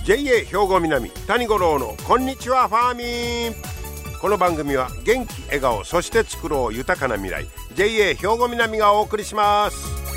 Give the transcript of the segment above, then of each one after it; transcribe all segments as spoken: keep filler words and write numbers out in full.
ジェイエー 兵庫南谷五郎のこんにちはファーミン。この番組は元気笑顔そして作ろう豊かな未来 ジェイエー 兵庫南がお送りします。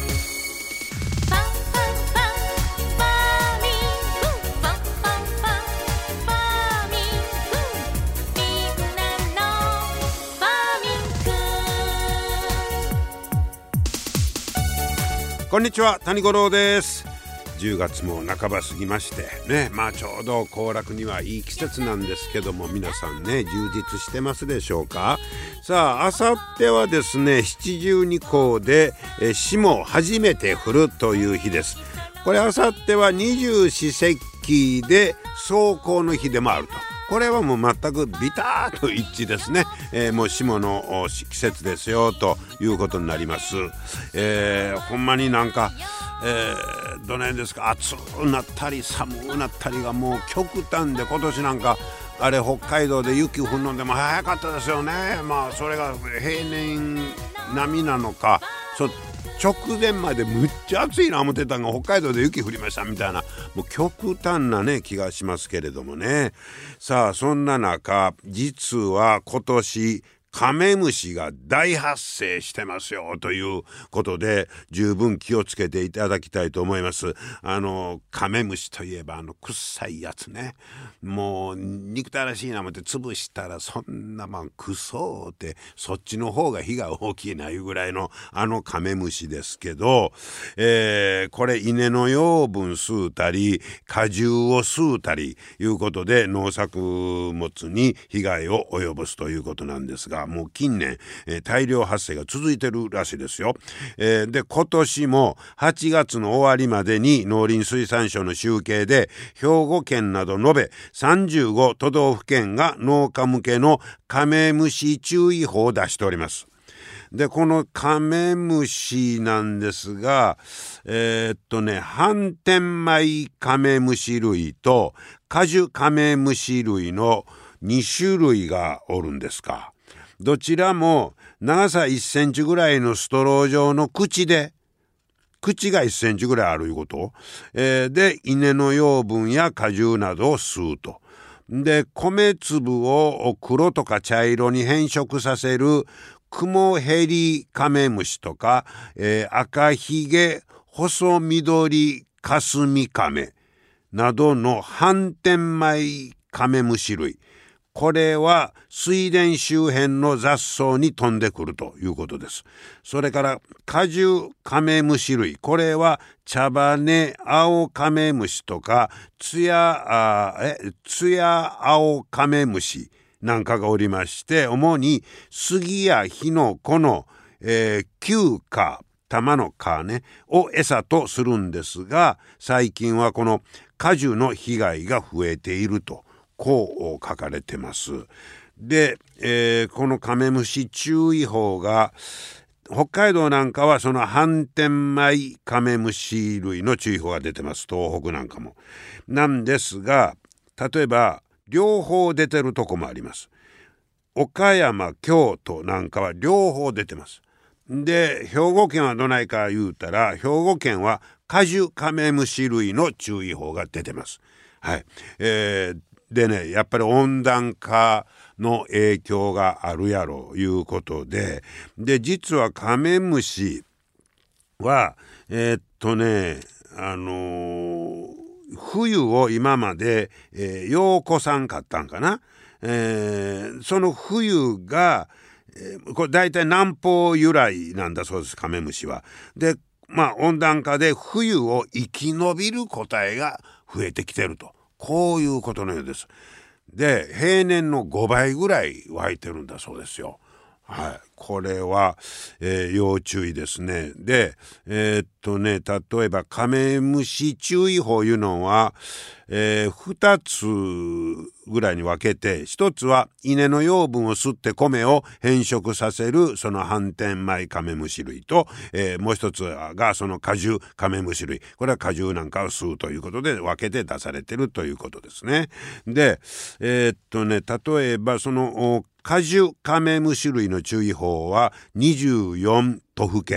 こんにちは谷五郎です。じゅうがつも半ば過ぎましてね、まあちょうど行楽にはいい季節なんですけども、皆さんね充実してますでしょうか。さあ、あさってはですね七十二候でえ霜初めて降るという日です。これあさっては二十四節気で霜降の日でもあると。これはもう全くビターと一致ですね、えー、もう霜の季節ですよということになります。えー、ほんまになんか、えー、どの辺ですか、暑くなったり寒くなったりがもう極端で、今年なんかあれ北海道で雪降るのでも早かったですよね。まあそれが平年並みなのか、そ直前までむっちゃ暑いな思ってたのが北海道で雪降りましたみたいな、もう極端なね気がしますけれどもね。さあそんな中、実は今年カメムシが大発生してますよということで、十分気をつけていただきたいと思います。あのカメムシといえばあの臭いやつね、もう憎たらしいな思って潰したら、そんなまあクソってそっちの方が火が大きいないうぐらいのあのカメムシですけど、えー、これ稲の養分吸うたり果汁を吸うたりいうことで農作物に被害を及ぼすということなんですが、もう近年、えー、大量発生が続いてるらしいですよ。えー、で今年もはちがつの終わりまでに農林水産省の集計で兵庫県など延べさんじゅうご都道府県が農家向けのカメムシ注意報を出しております。でこのカメムシなんですが、えー、っとね斑点米カメムシ類と果樹カメムシ類のに種類がおるんですか。どちらも長さいっセンチぐらいのストロー状の口で、口がいっセンチぐらいあるいうこと、えー、で稲の養分や果汁などを吸うと。で米粒を黒とか茶色に変色させるクモヘリカメムシとか、えー、赤ひげ細緑かすみカメなどの斑点米カメムシ類、これは水田周辺の雑草に飛んでくるということです。それから果樹カメムシ類、これは茶羽青カメムシとかツヤあえツヤ青カメムシなんかがおりまして、主に杉やヒノコの、えー、球果玉の皮ねを餌とするんですが、最近はこの果樹の被害が増えていると、こう書かれてます。で、えー、このカメムシ注意報が北海道なんかはその斑点米カメムシ類の注意報が出てます。東北なんかもなんですが、例えば両方出てるとこもあります。岡山京都なんかは両方出てます。で兵庫県はどないか言うたら、兵庫県は果樹カメムシ類の注意報が出てます。はい、えーでね、やっぱり温暖化の影響があるやろういうことで、で実はカメムシはえー、っとねあのー、冬を今まで、えー、ようこさんかったんかな、えー、その冬が、えー、これ大体南方由来なんだそうです、カメムシは。でまあ温暖化で冬を生き延びる個体が増えてきてると、こういうことのようです。で平年のごばいぐらい湧いてるんだそうですよ。はい、これは、えー、要注意ですね。でえー、っとね例えばカメムシ注意報いうのは、えー、ふたつぐらいに分けて、ひとつは稲の養分を吸って米を変色させるその斑点米カメムシ類と、えー、もう一つがその果樹カメムシ類、これは果汁なんかを吸うということで分けて出されてるということですね。でえー、っとね例えばその果樹カメムシ類の注意報はにじゅうよんとふけん、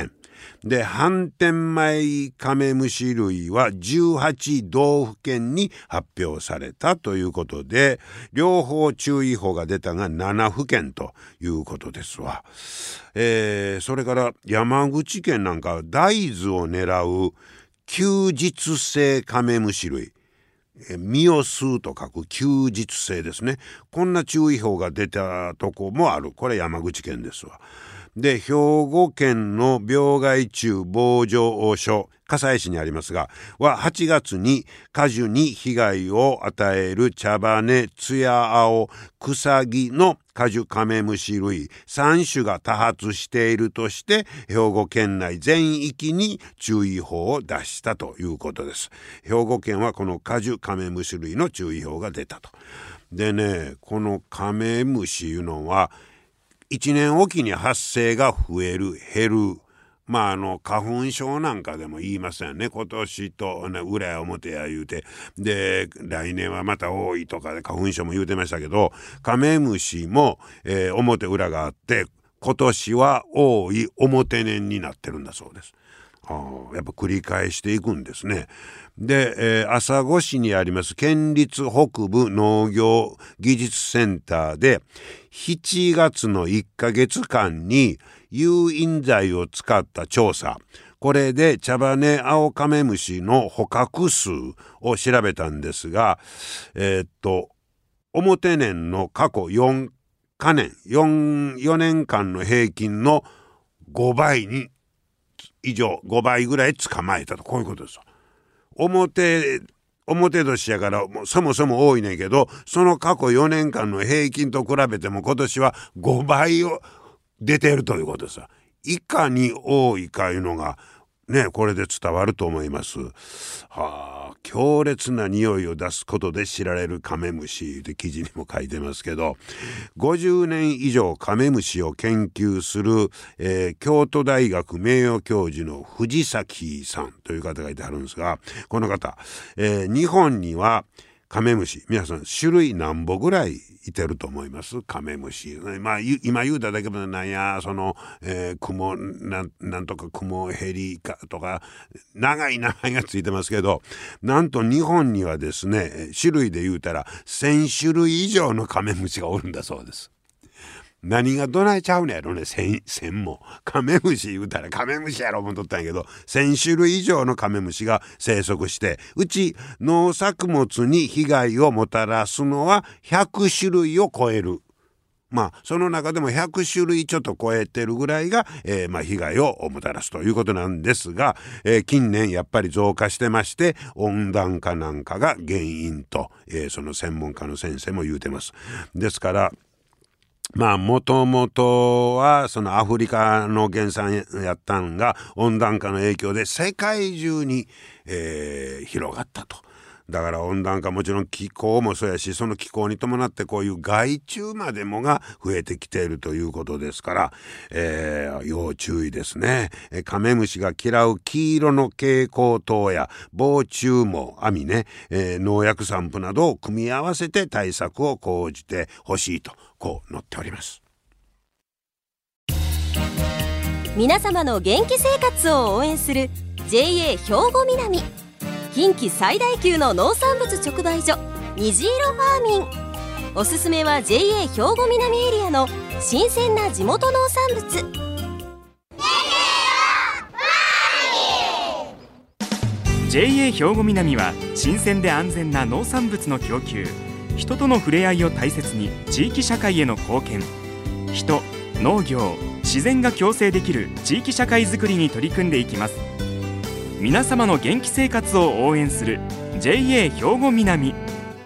で反天米カメムシ類はじゅうはちどうふけんに発表されたということで、両方注意報が出たがななふけんということですわ。えー、それから山口県なんか大豆を狙う休日性カメムシ類、実を吸うと書く休日性ですね。こんな注意報が出たとこもある。これ山口県ですわ。で兵庫県の病害虫防除所、加西市にありますがははちがつに果樹に被害を与える茶羽、ツヤ青、クサギの果樹カメムシ類さんしゅが多発しているとして兵庫県内全域に注意報を出したということです。兵庫県はこの果樹カメムシ類の注意報が出たと。でね、このカメムシいうのはいちねんおきに発生が増える減る、まああの花粉症なんかでも言いますよね。今年と、ね、裏や表や言うて、で来年はまた多いとかで花粉症も言うてましたけど、カメムシも、えー、表裏があって今年は多い表年になってるんだそうです。あやっぱ繰り返していくんですね。で、えー、朝来市にあります県立北部農業技術センターでしちがつのいっかげつかんに誘引剤を使った調査、これで茶羽アオカメムシの捕獲数を調べたんですが、えー、っと表年の過去よんかねん 4, 4年間の平均のごばいに以上ごばいぐらい捕まえたと、こういうことです。表表年やからもうそもそも多いねんけど、その過去よねんかんの平均と比べても今年はごばいを出ているということです。いかに多いかいうのがね、これで伝わると思います。はあ、強烈な匂いを出すことで知られるカメムシで記事にも書いてますけど、ごじゅうねん以上カメムシを研究する、えー、京都大学名誉教授の藤崎さんという方がいてあるんですが、この方、えー、日本にはカメムシ、皆さん種類何本ぐらいいてると思います？カメムシ、まあ、今言うただけでなんやその、えー、クモなん、なんとかクモヘリかとか長い名前がついてますけど、なんと日本にはですね、種類で言うたらせんしゅるい以上のカメムシがおるんだそうです。何がどないちゃうねやろね。千、千もカメムシ言うたらカメムシやろ思っとったんやけど、千種類以上のカメムシが生息して、うち農作物に被害をもたらすのはひゃくしゅるいを超える。まあその中でもひゃくしゅるいちょっと超えてるぐらいが、えー、まあ被害をもたらすということなんですが、えー、近年やっぱり増加してまして、温暖化なんかが原因と、えー、その専門家の先生も言うてます。ですからまあもともとはそのアフリカの原産やったんが温暖化の影響で世界中に、えー、広がったと。だから温暖化もちろん気候もそうやし、その気候に伴ってこういう害虫までもが増えてきているということですから、えー、要注意ですね。カメムシが嫌う黄色の蛍光灯や防虫網、網ね、えー、農薬散布などを組み合わせて対策を講じてほしいとこう載っております。 皆様の元気生活を応援する ジェイエー 兵庫南、近畿最大級の農産物直売所虹色ファーミン。おすすめは ジェイエー 兵庫南エリアの新鮮な地元農産物。 ジェイエージェイエー 兵庫南は新鮮で安全な農産物の供給、人との触れ合いを大切に地域社会への貢献、人、農業、自然が共生できる地域社会づくりに取り組んでいきます。皆様の元気生活を応援する ジェイエー 兵庫南。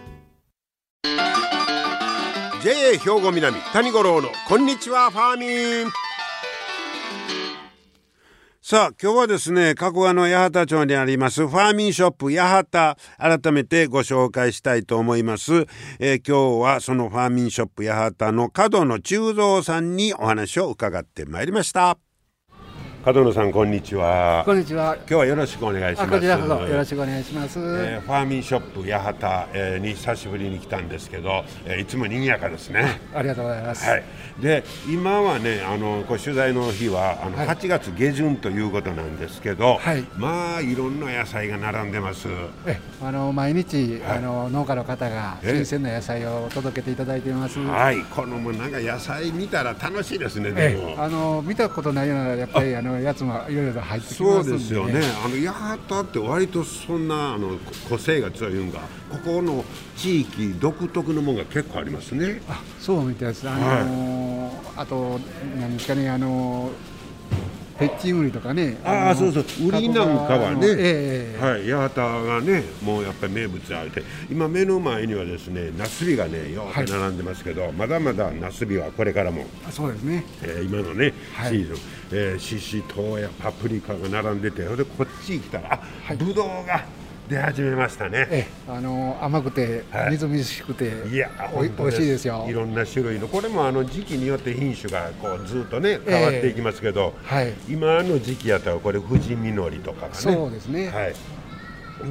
ジェイエー 兵庫南谷五郎のこんにちはファーミン。さあ今日はですね、加古川の八幡町にありますファーミンショップ八幡、改めてご紹介したいと思います。えー、今日はそのファーミンショップ八幡の角野忠三さんにお話を伺ってまいりました。 門野さん、こんにちは。 こんにちは。 今日はよろしくお願いします。 こちらこそよろしくお願いします。 えー、ファーミンショップ八幡、えー、に久しぶりに来たんですけど、えー、いつも賑やかですね。 ありがとうございます。 はい、で今はね、あのこう取材の日はあの、はい、はちがつげじゅんということなんですけど、はい、まあいろんな野菜が並んでます。 えあの毎日、はい、あの農家の方が新鮮な野菜を届けていただいています。 はい、このもなんか野菜見たら楽しいですね。でもあの見たことないようなやっぱりあのやつもいろいろと入ってきますんで、ね、 そうですよね。あの八幡って割とそんなあの個性が強いんが、ここの地域独特のものが結構ありますね。 あ、そうみたいです。あのーはい、あと何ですかね、あのーペッチウリとかね、 ああそうそう、ウリなんかはね、 えー、 はい、八幡がねもうやっぱり名物あって、今目の前にはですねナスビがねよく並んでますけど、はい、まだまだナスビはこれからも、 あ、そうですね、 えー、今のね、はい、シーズン、えー、シシトウやパプリカが並んでて、それでこっちに来たらあ、はい、ブドウが出始めましたね。 ええ、あの甘くて、はい、みずみずしくて、いやおい、おいしいですよ。 いろんな種類の、これもあの時期によって品種がこうずっとね変わっていきますけど、えーはい、今の時期やったらこれ富士実りとかがね、 そうですね、 はい、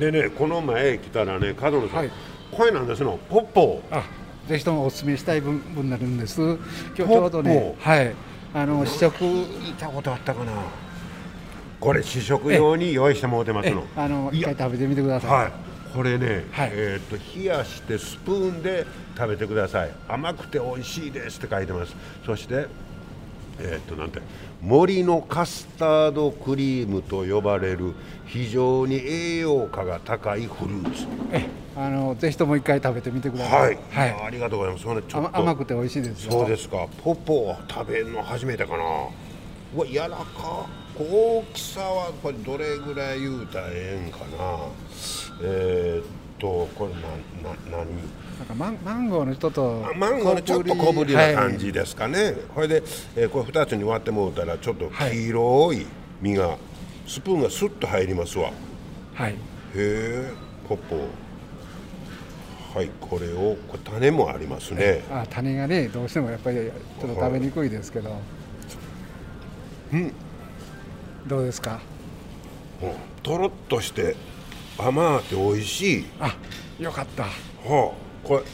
でね、この前来たらね、門野さん、はい、これなんですの、ポッポー、 あ、ぜひともお勧めしたい分になるんです。今日ちょうどね、はい、あの試食見たことあったかな。これ試食用に用意してもらってますの。 あの一回食べてみてください。 はい、これね、はい、えー、と冷やしてスプーンで食べてください。甘くて美味しいですって書いてます。そしてえー、となんて森のカスタードクリームと呼ばれる非常に栄養価が高いフルーツ。 えあのぜひとも一回食べてみてください。 はい、はい、ありがとうございます。それちょっと甘くて美味しいですよ。 そうですか。ポポを食べるの初めてかな。うわ、柔らか。大きさはこれどれぐらい言うたらええんかな。えー、っとこれなな何なんかマン、マンゴーの人とマンゴーのちょっと小ぶりな感じですかね。こ、はい、れで、えー、これふたつに割ってもらったらちょっと黄色い実が、はい、スプーンがスッと入りますわ。はい。へえ、ポッポ。はい、これをこれ種もありますね。 あ、種がねどうしてもやっぱりちょっと食べにくいですけど。うん。どうですか。 うん、とろっとして甘くて美味しい。 あ、よかった。はあ、これ、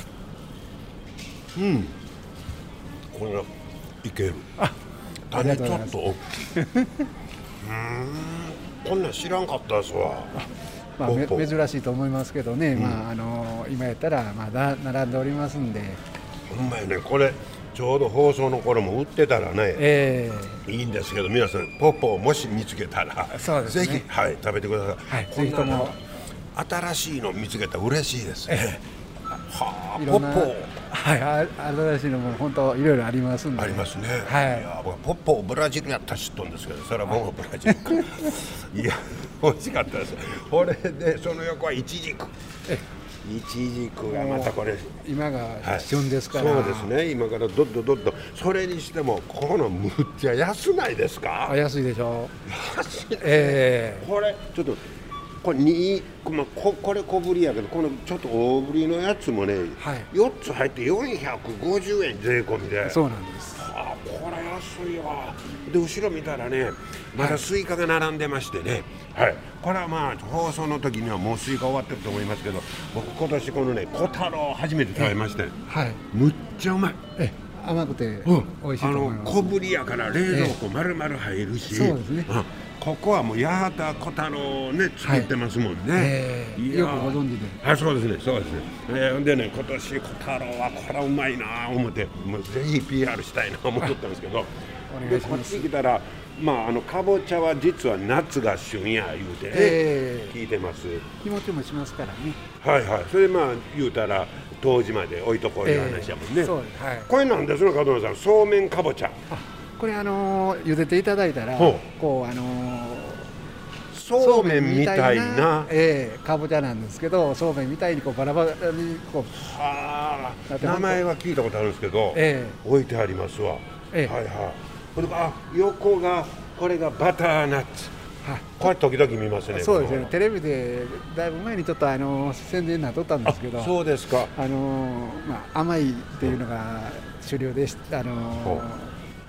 うん、これがいける。あ、種ちょっと大きい。うん、こんなん知らんかったですわ。 まあ、珍しいと思いますけどね、うん、まああの今やったらまだ並んでおりますんで。 ほんまやね、これ。ちょうど放送の頃も売ってたらね、えー、いいんですけど、皆さんポッポをもし見つけたら、 そうですね、 ぜひ、はい、食べてください。はい、 ぜひとも新しいの見つけたら嬉しいですね。えー、はあ、ポッポ、 はい、新しいのも本当いろいろありますんで。 ありますね。 はい、 いや僕ポッポブラジルやったら知っとんですけど、それはもうブラジルか。いや、美味しかったです。これでその横はイチジク。えイチジクがまたこれ今が旬ですから、 はい、そうですね、今からどっどどっど。それにしてもこのむっちゃ安ないですか。 あ、安いでしょ。 安い、 えー、 これちょっとこれに、まあ、こ, これ小ぶりやけど、このちょっと大ぶりのやつもね、はい、よっつ入ってよんひゃくごじゅうえん税込みで。 そうなんです。 あ、これ安いわ。で後ろ見たらね、まだスイカが並んでましてね、はい、はい、これはまあ放送の時にはもうスイカ終わってると思いますけど、僕今年このね小太郎初めて食べまして、はい、むっちゃうまい。え甘くて美味しいと思います。 あの小ぶりやから冷蔵庫丸々入るし、 そうですね、うん、 ここはもう八幡小太郎をね作ってますもんね、はい、 えー、よくご存知で。 あ、そうですね、そうですね。えー、でね、今年小太郎はこれはうまいな思って、もうぜひ ピーアール したいな思っとったんですけど、でこっち来たら、まあ、あのかぼちゃは実は夏が旬や言うてね、えー、聞いてます。 日持ちもしますからね。 はいはい。それでまあ言うたら冬至まで置いとこういう話やもんね、えー、そうです、はい、これなんですの、門野さん、そうめんかぼちゃ。 あ、これあのー、茹でていただいたらこうあのー、 そうめんみたいな、 えー、かぼちゃなんですけど、そうめんみたいにこうバラバラにこう、 はあ、名前は聞いたことあるんですけど、えー、置いてありますわ、えー、はいはい。これあ、横がこれがバターナッツ、はい、これ時々見ますね。 そうですね、テレビでだいぶ前にちょっとあの宣伝になっとったんですけど、 そうですか。 あの、まあ、甘いっていうのが主流でした。あの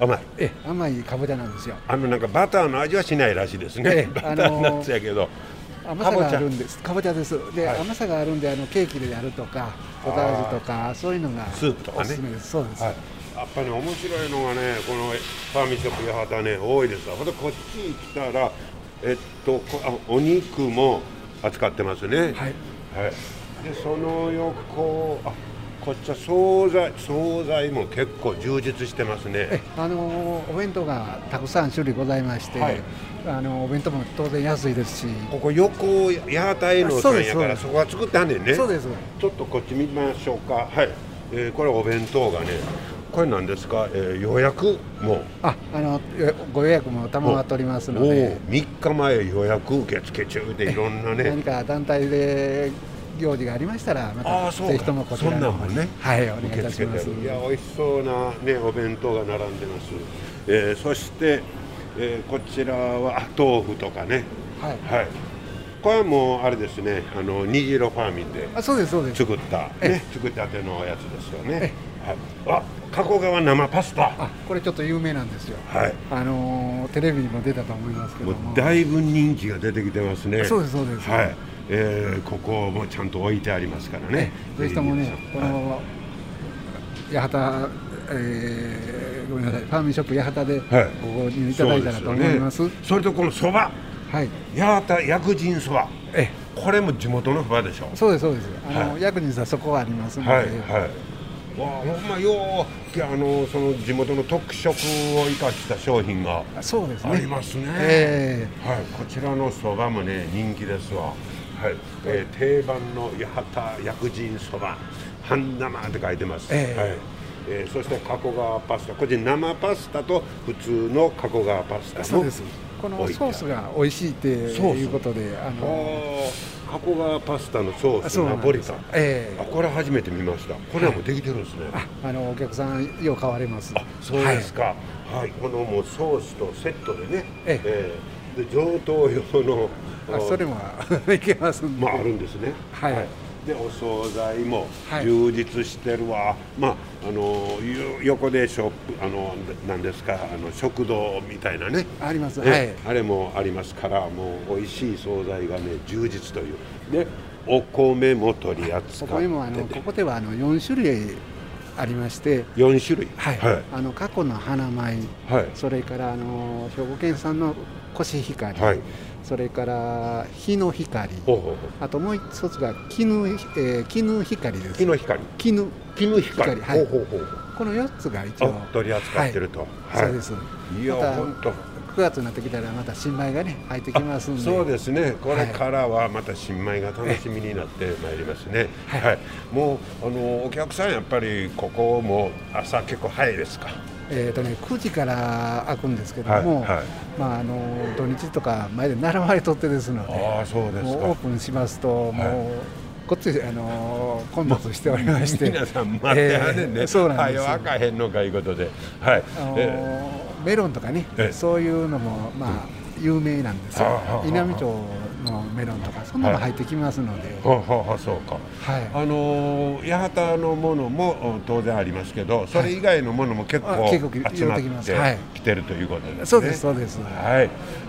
甘い。 え甘いかぼちゃなんですよ。 あのなんかバターの味はしないらしいですね。 えバターナッツやけど。 甘さがあるんです。かぼちゃです。で、 はい、 甘さがあるんで、あのケーキでやるとかポタージュとかそういうのがスープとかね。 おすすめです。そうです。 はい、やっぱり、ね、面白いのがね、このファーミンショップ八幡ね多いですわ。ほんでこっち来たらえっとあお肉も扱ってますね。はい。はい。でその横あこっちは惣菜惣菜も結構充実してますね。 えあのお弁当がたくさん種類ございまして、はい、あのお弁当も当然安いですし、 ここ横八幡営農さんやからそこは作ってはんねんね。 そうです。 ちょっとこっち見ましょうか。はい、えー、これお弁当がね、これ何ですか、えー、予約もああのご予約も賜っておりますので、 みっかまえ予約受付中でいろんなね何か団体で行事がありましたらまたぜひともこちらの方に、ね、はいお願いいたします。 いや美味しそうなねお弁当が並んでます。えー、そして、えー、こちらは豆腐とかね。はい。はい。これはもうあれですね、あの虹色ファーミンで作ったね作ったてのやつですよね。はい。あ、加古川生パスタ。 あ、これちょっと有名なんですよ。はい。あのー、テレビにも出たと思いますけども。 もうだいぶ人気が出てきてますね。 そうですそうです。 はい。えー、ここもちゃんと置いてありますからね。 ぜひともね、この八幡、えー、ごめんなさい、ファーミンショップ八幡でご購入いただいたらと思います。 そ, ね、それとこのそば、はい、八幡薬人そば、えこれも地元のそばでしょ。 そうですそうです。あの、はい、薬人さんそこはありますので。はいはい。 わあ、ほんまようあのその地元の特色を生かした商品がありますね。えー、はい、こちらのそばもね人気ですわ。はい、えー、定番の八幡薬人そば半生って書いてます。えーはいえー、そして加古川パスタ、これ生パスタと普通の加古川パスタのそうです。このソースが美味しいっていうことで、あの加古川パスタのソースナポリタン、えー、あこれ初めて見ました。これはもうできてるんですね。 はい、あ, あのお客さんよう買われます。 あそうですか。はい、はい、このもうソースとセットでね、えーえー、で上等用のあそれもいけますんで、 まああるんですね。はい。はい、でお惣菜も充実してるわ。はい、まああの横でショップあのなんですかあの食堂みたいなねあります。 ね、 はい。 あれもありますからもう美味しい惣菜がね充実というでお米も取り扱ってて、お米もあのここではあのよん種類ありましてよん種類、 はいはい、あの過去の花米、はい、それからあの兵庫県産のコシヒカリ、はい、それから日の光、ほうほうほう、あともう一つが絹、えー、絹光です。 絹光絹絹光、はい、ほうほうほう、 このよっつが一応取り扱ってると、はいはい、そうです。 いや、ま、本当くがつになってきたらまた新米がね入ってきますんで、 そうですね。これからはまた新米が楽しみになってまいりますね。はい、はい、もうあのお客さんやっぱりここも朝結構早いですか。 えーとね、くじから開くんですけども、はいはい、まあ、あの土日とか前で並ばれとってですので、 あそうですか、 もうオープンしますともう、はい、こっちあの混雑しておりまして、 皆さん待ってはねんね、えー、そうなんですよ。はよ開かへんのかいうことで、はい、 あのーえー、メロンとかね、そういうのもまあ有名なんですよ。稲美町のメロンとかそんなの入ってきますので、 はい、ははそうか、はい、あのー、八幡のものも当然ありますけど、それ以外のものも結構集まってきてるということですね。 そうですそうです。 はい、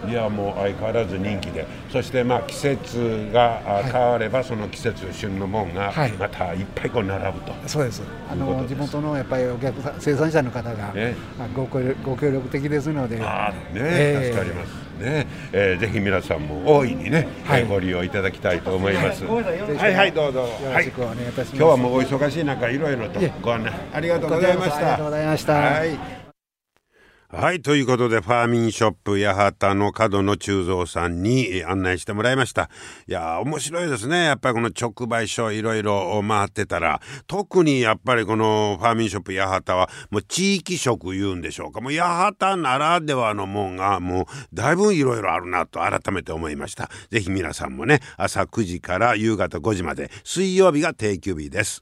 いやもう相変わらず人気で、そしてまあ季節が変わればその季節旬のもんがまたいっぱいこう並ぶと、はい、 そうです。あの地元のやっぱりお客さん生産者の方が、ね、ご, ご協力的ですので、 あね、えー、助かりますね。えー、ぜひ皆さんも大いにね、はい、ご利用いただきたいと思います。はいはい、どうぞよろしくお願いいたします。今日はもうお忙しい中いろいろとご案内ありがとうございました。ありがとうございました。 はい、はい、ということでファーミンショップ八幡の角野忠三さんに案内してもらいました。いや面白いですね。やっぱりこの直売所いろいろ回ってたら、特にやっぱりこのファーミンショップ八幡はもう地域色言うんでしょうか、もう八幡ならではのもんがもうだいぶいろいろあるなと改めて思いました。ぜひ皆さんもね、朝くじから夕方ごじまで、水曜日が定休日です。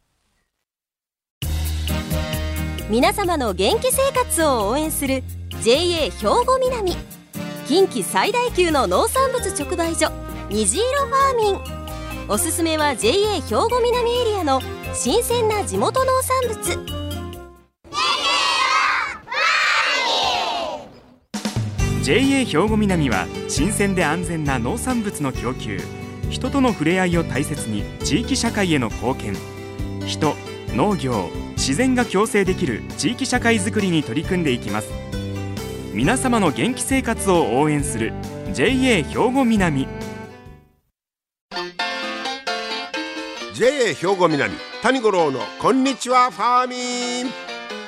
皆様の元気生活を応援する ジェイエー 兵庫南、近畿最大級の農産物直売所虹色ファーミン。おすすめは ジェイエー 兵庫南エリアの新鮮な地元農産物。 ジェイエー 兵庫南は新鮮で安全な農産物の供給、人との触れ合いを大切に地域社会への貢献、人、農業、自然が共生できる地域社会づくりに取り組んでいきます。皆様の元気生活を応援する ジェイエー 兵庫南。 ジェイエー 兵庫南谷五郎のこんにちはファーミン。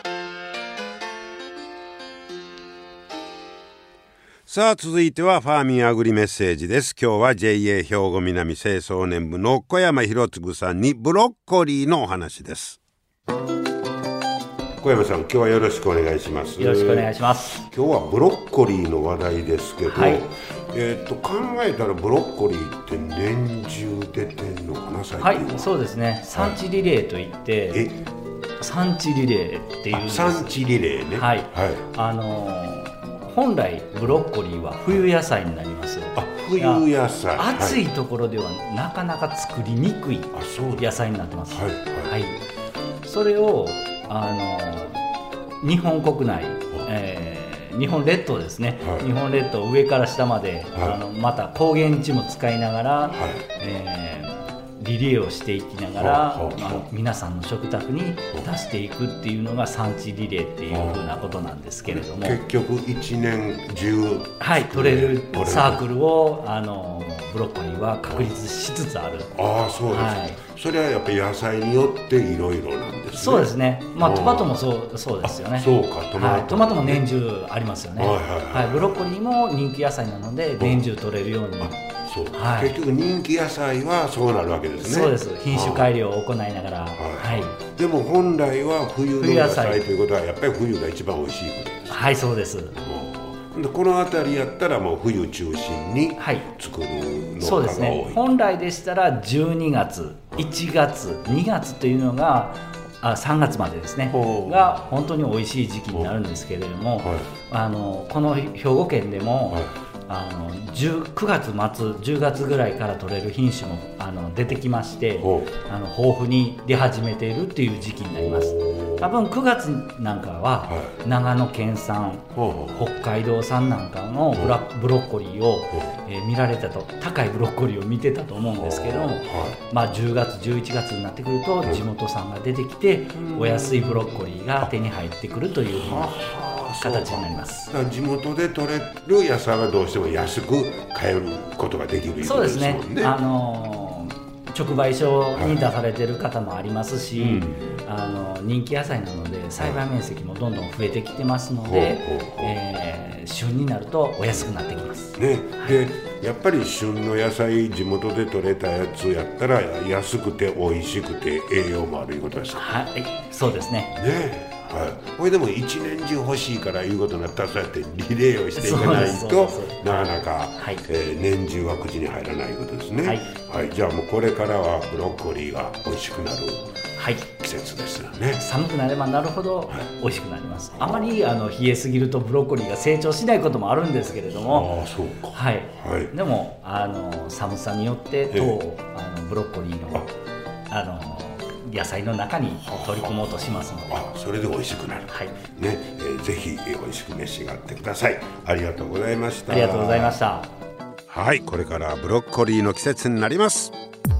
さあ続いてはファーミンアグリメッセージです。今日は ジェイエー 兵庫南清掃年部の小山博嗣さんにブロッコリーのお話です。小山さん、今日はよろしくお願いします。 よろしくお願いします。 今日はブロッコリーの話題ですけど、 はい、 えー、と考えたらブロッコリーって年中出てんのかな最近は。 はい、そうですね。産地リレーといって、はい、え産地リレーっていうんです。 産地リレーね。 はい、 はい、 あのー本来ブロッコリーは冬野菜になります。 あ、冬野菜。 暑いところではなかなか作りにくい野菜になってます。はいはいはい、それをあの日本国内、えー、日本列島ですね、はい、日本列島上から下まで、はい、あのまた高原地も使いながら、はい、えーリレーをしていきながら、はあはあ、まあ、皆さんの食卓に出していくっていうのが産地リレーっていうふうなことなんですけれども、 結局いちねん中、 はい、取れるサークルをあのブロッコリーは確立しつつある。 ああ、そうです、はい、それはやっぱり野菜によっていろいろなんですね。 そうですね、まあ、トマトもそう、そうですよね。 そうか、トマト、 はい、トマトも年中ありますよね。 はいはいはいはい、 ブロッコリーも人気野菜なので年中取れるように。 そう、はい、結局人気野菜はそうなるわけですね。 そうです。品種改良を行いながら、はいはい、 でも本来は冬の野菜ということはやっぱり冬が一番おいしいことです。 はい、そうです。 でこの辺りやったらもう冬中心に作る農家が多い。 そうですね。本来でしたらじゅうにがつ、いちがつ、にがつというのがあさんがつまでですねが本当に美味しい時期になるんですけれども、はい、あのこの兵庫県でも、はい、あのくがつまつじゅうがつぐらいから取れる品種もあの出てきまして、あの豊富に出始めているっていう時期になります。多分くがつなんかは、はい、長野県産、北海道産なんかのブラブロッコリーを、えー、見られたと、高いブロッコリーを見てたと思うんですけど、はい、まあ、じゅうがつじゅういちがつになってくると地元産が出てきて、お安いブロッコリーが手に入ってくるという形になります。 地元で採れる野菜はどうしても安く買えることができるようですもんね。そうですね。 あのー、直売所に出されてる方もありますし、はい、うん、あの人気野菜なので栽培面積もどんどん増えてきてますので、はい、えー、旬になるとお安くなってきます。 ね、はい、でやっぱり旬の野菜地元で採れたやつやったら安くて美味しくて栄養もあるいうことです。 はい、そうですね。 ね。はい、これでも一年中欲しいからいうことになったらそうやってリレーをしていかないとなかなか、はい、えー、年中は口に入らないことですね。はいはい、じゃあもうこれからはブロッコリーが美味しくなる季節ですよね。はい、 寒くなればなるほど美味しくなります。はい、あまりあの冷えすぎるとブロッコリーが成長しないこともあるんですけれども、 あ、そうか、 はいはい、でもあの寒さによって糖をあのブロッコリーのあの野菜の中に取り込もうとしますので、 あ、それで美味しくなる、はい、ね、えー、ぜひ美味しく召し上がってください。ありがとうございました。 ありがとうございました。 はい、これからブロッコリーの季節になります。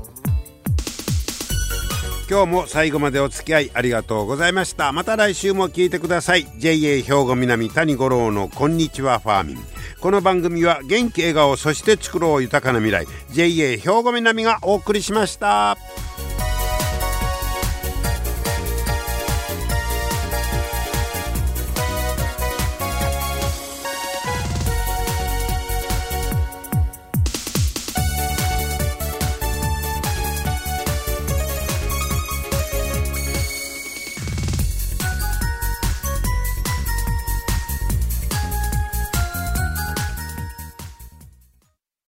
今日も最後までお付き合いありがとうございました。また来週も聞いてください。 ジェイエー 兵庫南谷五郎のこんにちはファーミン。この番組は元気笑顔そして作ろう豊かな未来 ジェイエー 兵庫南がお送りしました。